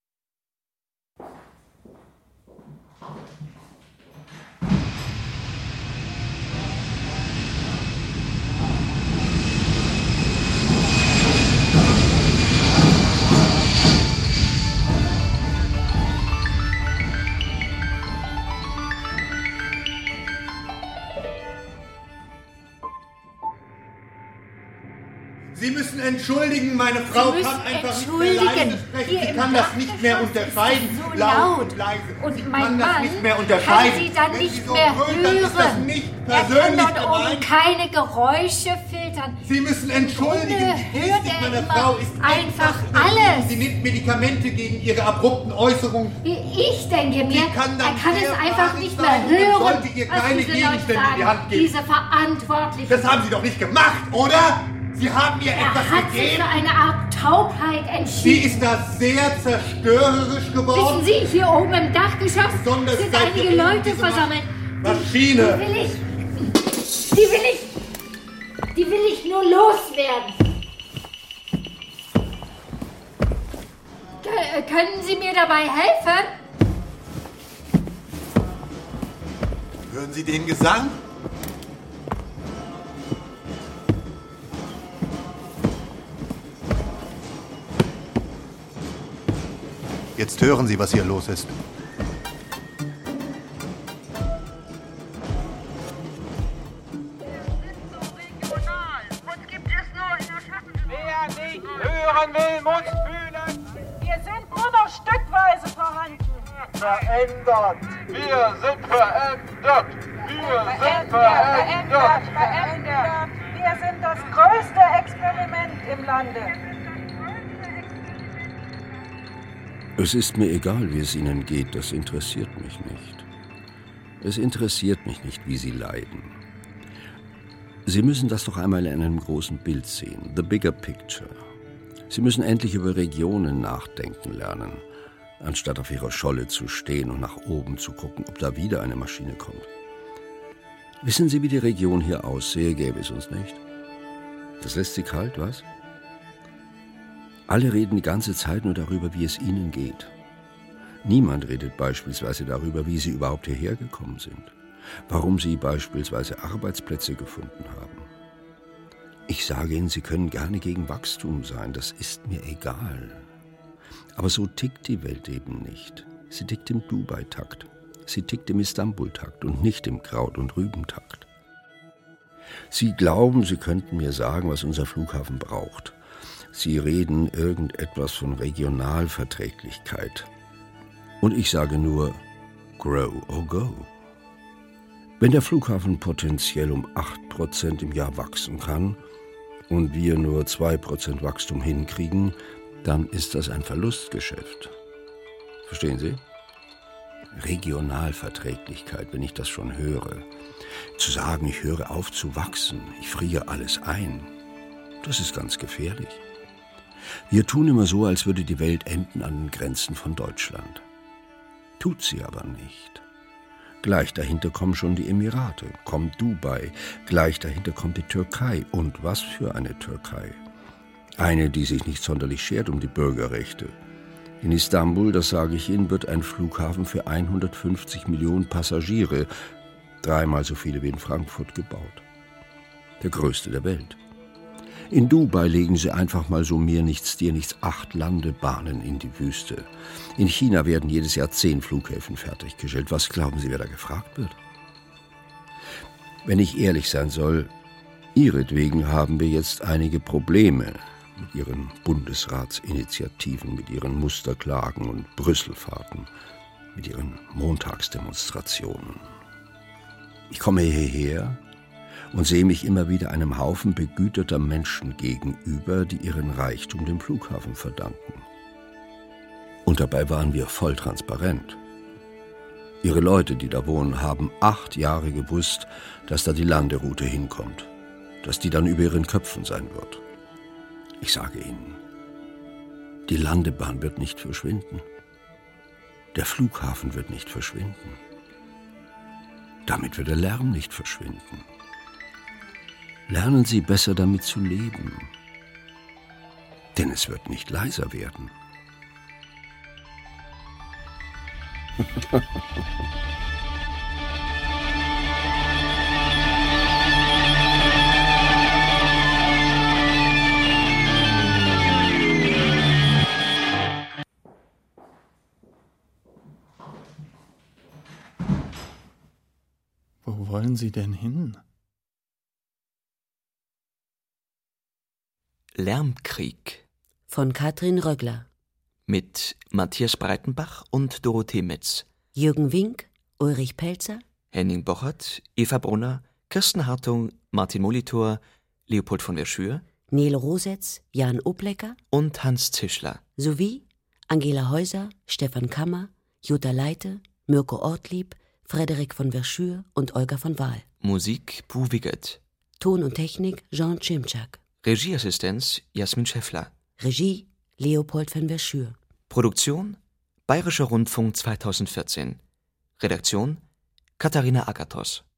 Sie müssen entschuldigen, meine Frau Sie müssen kann einfach nicht mehr leise entschuldigen. sprechen. Hier Sie im kann das nicht mehr unterscheiden. so laut laut. und leise. Und Sie mein kann das Mann nicht mehr kann unterscheiden. Sie dann Wenn nicht Sie so mehr brüllen, dann ist das hören. nicht Er kann persönlich dort oben gemeint. keine Geräusche filtern. Sie müssen entschuldigen. Im Die Grunde hört Gestik er meiner immer Frau ist einfach etwas alles. Sie nimmt Medikamente gegen ihre abrupten Äußerungen. Ich denke mir, kann dann er kann es sehr einfach fahrig nicht sein mehr und man hören, sollte ihr was keine diese Leute Gegenstände in die sagen. Hand geben. Diese Verantwortlichen. Das haben Sie doch nicht gemacht, oder? Sie haben ihr Er etwas hat sich gegeben. für eine Art Taubheit Sie entschieden. ist da sehr zerstörerisch geworden. Wissen Sie, hier oben im Dachgeschoss Besonders sind seit einige wir Leute diese versammelt. Maschine. Die will ich. Die will ich. Die will ich nur loswerden. K- können Sie mir dabei helfen? Hören Sie den Gesang? Jetzt hören Sie, was hier los ist. Wer nicht hören will, muss fühlen. Wir sind nur noch stückweise vorhanden. Verändert. Wir sind verändert. Wir sind Verändert, verändert. verändert. Wir sind das größte Experiment im Lande. Es ist mir egal, wie es Ihnen geht, das interessiert mich nicht. Es interessiert mich nicht, wie Sie leiden. Sie müssen das doch einmal in einem großen Bild sehen, the bigger picture. Sie müssen endlich über Regionen nachdenken lernen, anstatt auf ihrer Scholle zu stehen und nach oben zu gucken, ob da wieder eine Maschine kommt. Wissen Sie, wie die Region hier aussehe, gäbe es uns nicht? Das lässt Sie kalt, was? Alle reden die ganze Zeit nur darüber, wie es ihnen geht. Niemand redet beispielsweise darüber, wie sie überhaupt hierher gekommen sind, warum sie beispielsweise Arbeitsplätze gefunden haben. Ich sage Ihnen, Sie können gerne gegen Wachstum sein, das ist mir egal. Aber so tickt die Welt eben nicht. Sie tickt im Dubai-Takt. Sie tickt im Istanbul-Takt und nicht im Kraut- und Rübentakt. Sie glauben, Sie könnten mir sagen, was unser Flughafen braucht. Sie reden irgendetwas von Regionalverträglichkeit. Und ich sage nur, grow or go. Wenn der Flughafen potenziell um acht Prozent im Jahr wachsen kann und wir nur zwei Prozent Wachstum hinkriegen, dann ist das ein Verlustgeschäft. Verstehen Sie? Regionalverträglichkeit, wenn ich das schon höre. Zu sagen, ich höre auf zu wachsen, ich friere alles ein, das ist ganz gefährlich. Wir tun immer so, als würde die Welt enden an den Grenzen von Deutschland. Tut sie aber nicht. Gleich dahinter kommen schon die Emirate, kommt Dubai, gleich dahinter kommt die Türkei. Und was für eine Türkei? Eine, die sich nicht sonderlich schert um die Bürgerrechte. In Istanbul, das sage ich Ihnen, wird ein Flughafen für hundertfünfzig Millionen Passagiere, dreimal so viele wie in Frankfurt, gebaut. Der größte der Welt. In Dubai legen sie einfach mal so mir nichts, dir nichts, acht Landebahnen in die Wüste. In China werden jedes Jahr zehn Flughäfen fertiggestellt. Was glauben Sie, wer da gefragt wird? Wenn ich ehrlich sein soll, Ihretwegen haben wir jetzt einige Probleme mit Ihren Bundesratsinitiativen, mit Ihren Musterklagen und Brüsselfahrten, mit Ihren Montagsdemonstrationen. Ich komme hierher und sehe mich immer wieder einem Haufen begüterter Menschen gegenüber, die ihren Reichtum dem Flughafen verdanken. Und dabei waren wir voll transparent. Ihre Leute, die da wohnen, haben acht Jahre gewusst, dass da die Landeroute hinkommt, dass die dann über ihren Köpfen sein wird. Ich sage Ihnen, die Landebahn wird nicht verschwinden. Der Flughafen wird nicht verschwinden. Damit wird der Lärm nicht verschwinden. Lernen Sie besser damit zu leben, denn es wird nicht leiser werden. Wo wollen Sie denn hin? Lärmkrieg von Katrin Röggler mit Matthias Breitenbach und Dorothee Metz, Jürgen Wink, Ulrich Pelzer, Henning Bochert, Eva Brunner, Kirsten Hartung, Martin Molitor, Leopold von Verschür, Nele Rosetz, Jan Oblecker und Hans Zischler sowie Angela Häuser, Stefan Kammer, Jutta Leite, Mirko Ortlieb, Frederik von Verschür und Olga von Wahl. Musik Bu Wiggert. Ton und Technik Jean Cimczak. Regieassistenz Jasmin Schäffler. Regie Leopold von Verschür. Produktion Bayerischer Rundfunk zweitausendvierzehn. Redaktion Katharina Agathos.